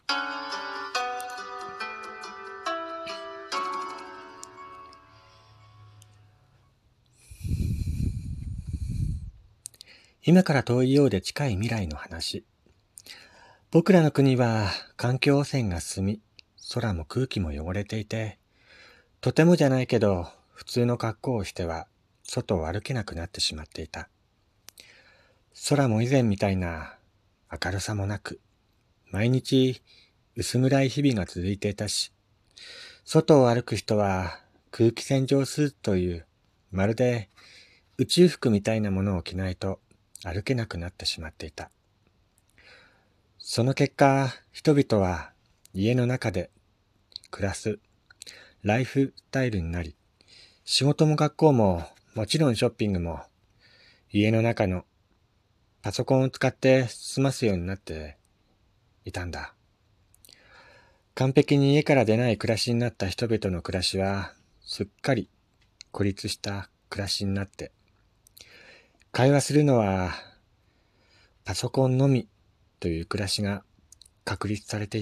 今から遠いようで近い未来の話。僕らの国は環境汚染が進み、空も空気も汚れていて、とてもじゃないけど普通の格好をしては外を歩けなくなってしまっていた。空も以前みたいな明るさもなく、毎日薄暗い日々が続いていたし、外を歩く人は空気洗浄スーツというまるで宇宙服みたいなものを着ないと歩けなくなってしまっていた。その結果、人々は家の中で暮らすライフスタイルになり、仕事も学校ももちろんショッピングも家の中のパソコンを使って済ますようになっていたんだ。完璧に家から出ない暮らしになった人々の暮らしはすっかり孤立した暮らしになって、会話するのはパソコンのみという暮らしが確立されていった。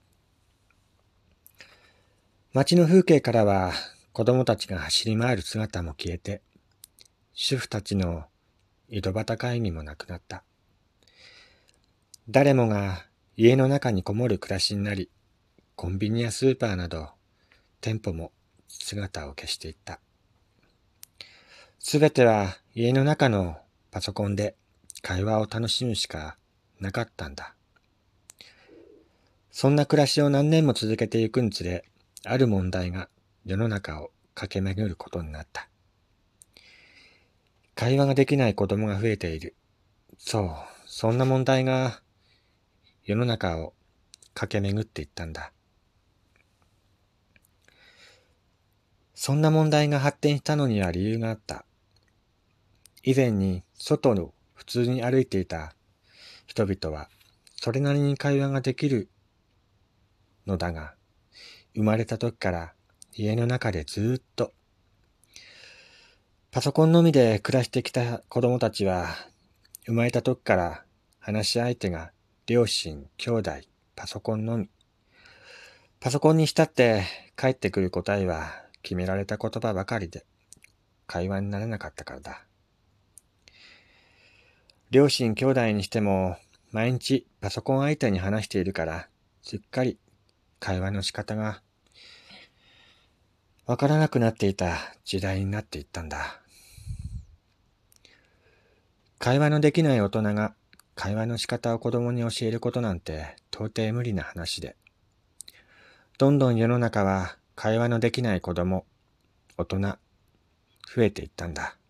街の風景からは子供たちが走り回る姿も消えて、主婦たちの井戸端会議もなくなった。誰もが家の中にこもる暮らしになり、コンビニやスーパーなど店舗も姿を消していった。すべては家の中のパソコンで会話を楽しむしかなかったんだ。そんな暮らしを何年も続けていくにつれ、ある問題が世の中を駆け巡ることになった。会話ができない子供が増えている。そう、そんな問題が世の中を駆け巡っていったんだ。そんな問題が発展したのには理由があった。以前に外の普通に歩いていた人々はそれなりに会話ができるのだが、生まれた時から家の中でずっとパソコンのみで暮らしてきた子供たちは、生まれた時から話し相手が両親、兄弟、パソコンのみ。パソコンにしたって返ってくる答えは決められた言葉ばかりで会話にならなかったからだ。両親、兄弟にしても毎日パソコン相手に話しているから、すっかり会話の仕方がわからなくなっていた時代になっていったんだ。会話のできない大人が会話の仕方を子供に教えることなんて到底無理な話で、どんどん世の中は会話のできない子供、大人、増えていったんだ。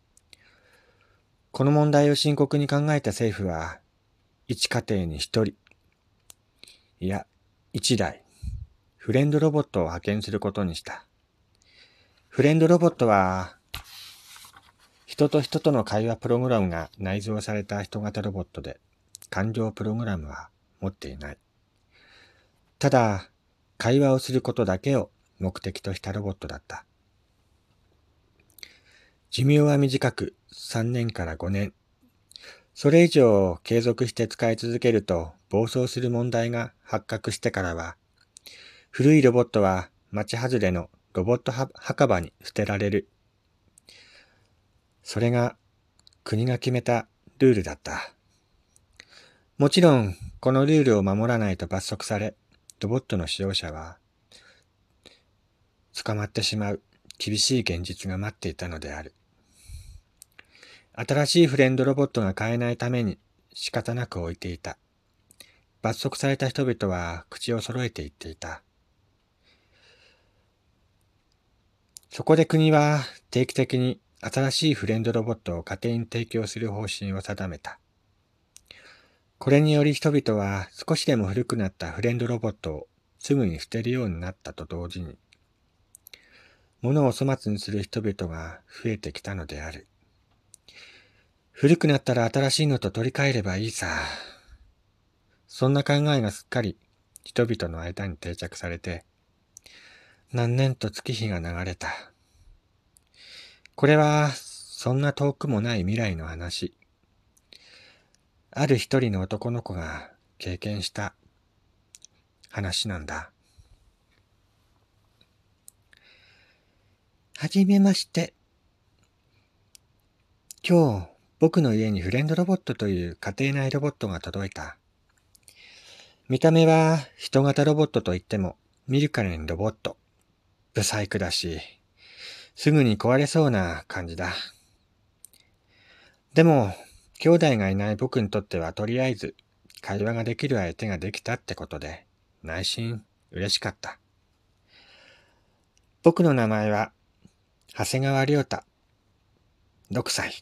この問題を深刻に考えた政府は、一家庭に一人、いや、一台、フレンドロボットを派遣することにした。フレンドロボットは、人と人との会話プログラムが内蔵された人型ロボットで、感情プログラムは持っていない。ただ、会話をすることだけを目的としたロボットだった。寿命は短く3年から5年。それ以上継続して使い続けると暴走する問題が発覚してからは、古いロボットは町外れのロボット墓場に捨てられる。それが国が決めたルールだった。もちろん、このルールを守らないと罰則され、ロボットの使用者は捕まってしまう厳しい現実が待っていたのである。新しいフレンドロボットが買えないために仕方なく置いていた。罰則された人々は口を揃えて言っていた。そこで国は定期的に新しいフレンドロボットを家庭に提供する方針を定めた。これにより人々は少しでも古くなったフレンドロボットをすぐに捨てるようになったと同時に、物を粗末にする人々が増えてきたのである。古くなったら新しいのと取り替えればいいさ。そんな考えがすっかり人々の間に定着されて、何年と月日が流れた。これはそんな遠くもない未来の話。ある一人の男の子が経験した。 話なんだ。はじめまして。今日、僕の家にフレンドロボットという家庭内ロボットが届いた。見た目は人型ロボットといっても見るからにロボット。ブサイクだし、すぐに壊れそうな感じだ。でも、兄弟がいない僕にとってはとりあえず会話ができる相手ができたってことで内心嬉しかった。僕の名前は長谷川亮太、6歳。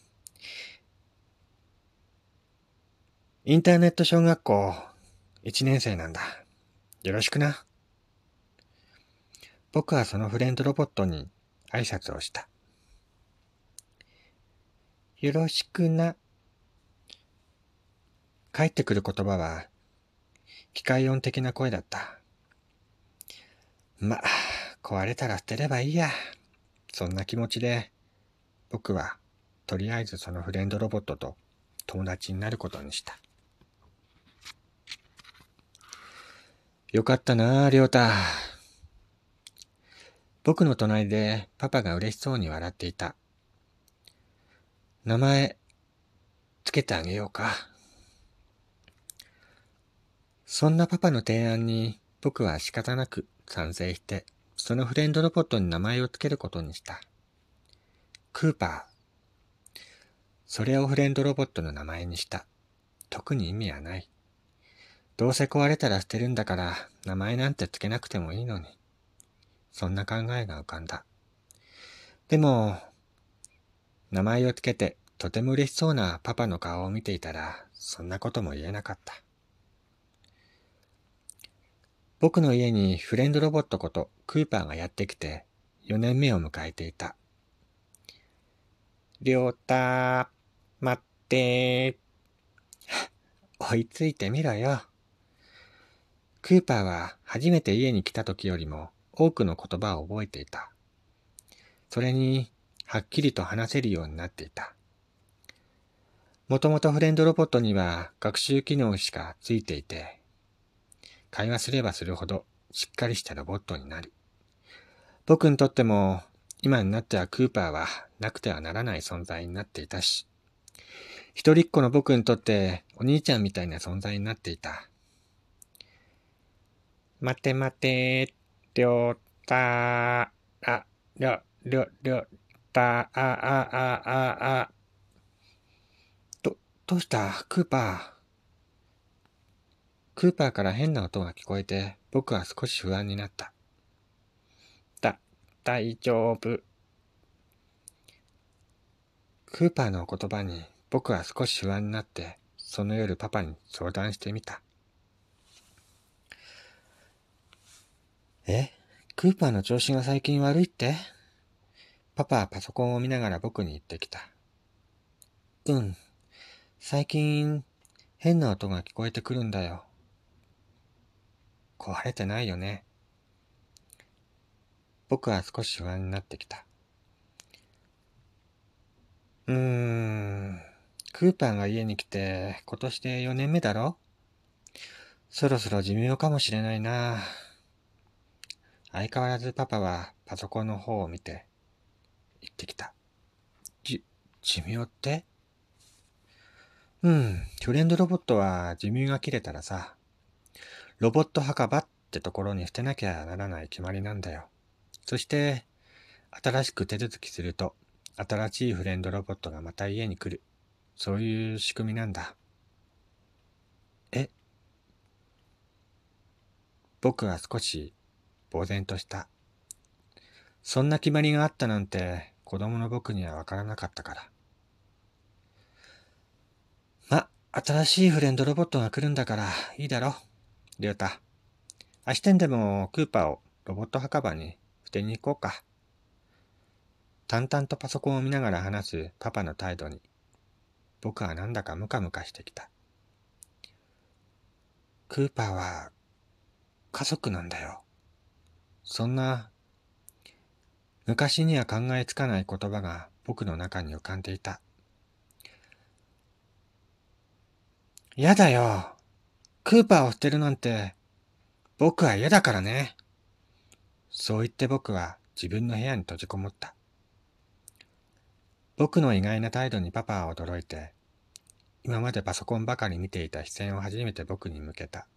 インターネット小学校1年生なんだ。よろしくな。僕はそのフレンドロボットに挨拶をした。よろしくな。返ってくる言葉は機械音的な声だった。まあ、壊れたら捨てればいいや。そんな気持ちで僕はとりあえずそのフレンドロボットと友達になることにした。よかったなあ、亮太。僕の隣でパパが嬉しそうに笑っていた。名前つけてあげようか。そんなパパの提案に僕は仕方なく賛成して、そのフレンドロボットに名前をつけることにした。クーパー。それをフレンドロボットの名前にした。特に意味はない。どうせ壊れたら捨てるんだから名前なんてつけなくてもいいのに。そんな考えが浮かんだ。でも、名前をつけてとても嬉しそうなパパの顔を見ていたら、そんなことも言えなかった。僕の家にフレンドロボットことクーパーがやってきて4年目を迎えていた。りょうた、待って追いついてみろよ。クーパーは初めて家に来た時よりも多くの言葉を覚えていた。それに、はっきりと話せるようになっていた。もともとフレンドロボットには学習機能しかついていて、会話すればするほどしっかりしたロボットになる。僕にとっても、今になってはクーパーはなくてはならない存在になっていたし、一人っ子の僕にとってお兄ちゃんみたいな存在になっていた。待て待て、りょうた、りょた、どうしたクーパー。クーパーから変な音が聞こえて、僕は少し不安になった。大丈夫。クーパーの言葉に僕は少し不安になって、その夜パパに相談してみた。クーパーの調子が最近悪いって？パパはパソコンを見ながら僕に言ってきた。うん。最近、変な音が聞こえてくるんだよ。壊れてないよね。僕は少し不安になってきた。クーパーが家に来て今年で4年目だろ？そろそろ寿命かもしれないな。相変わらずパパはパソコンの方を見て言ってきた。寿命って？フレンドロボットは寿命が切れたらさ、ロボット墓場ってところに捨てなきゃならない決まりなんだよ。そして、新しく手続きすると、新しいフレンドロボットがまた家に来る。そういう仕組みなんだ。僕は少し呆然とした。そんな決まりがあったなんて子供の僕にはわからなかったから。新しいフレンドロボットが来るんだからいいだろ、りょうた。明日にでもクーパーをロボット墓場に捨てに行こうか。淡々とパソコンを見ながら話すパパの態度に、僕はなんだかムカムカしてきた。クーパーは家族なんだよ。そんな昔には考えつかない言葉が僕の中に浮かんでいた。やだよ。クーパーを捨てるなんて僕は嫌だからね。そう言って僕は自分の部屋に閉じこもった。僕の意外な態度にパパは驚いて、今までパソコンばかり見ていた視線を初めて僕に向けた。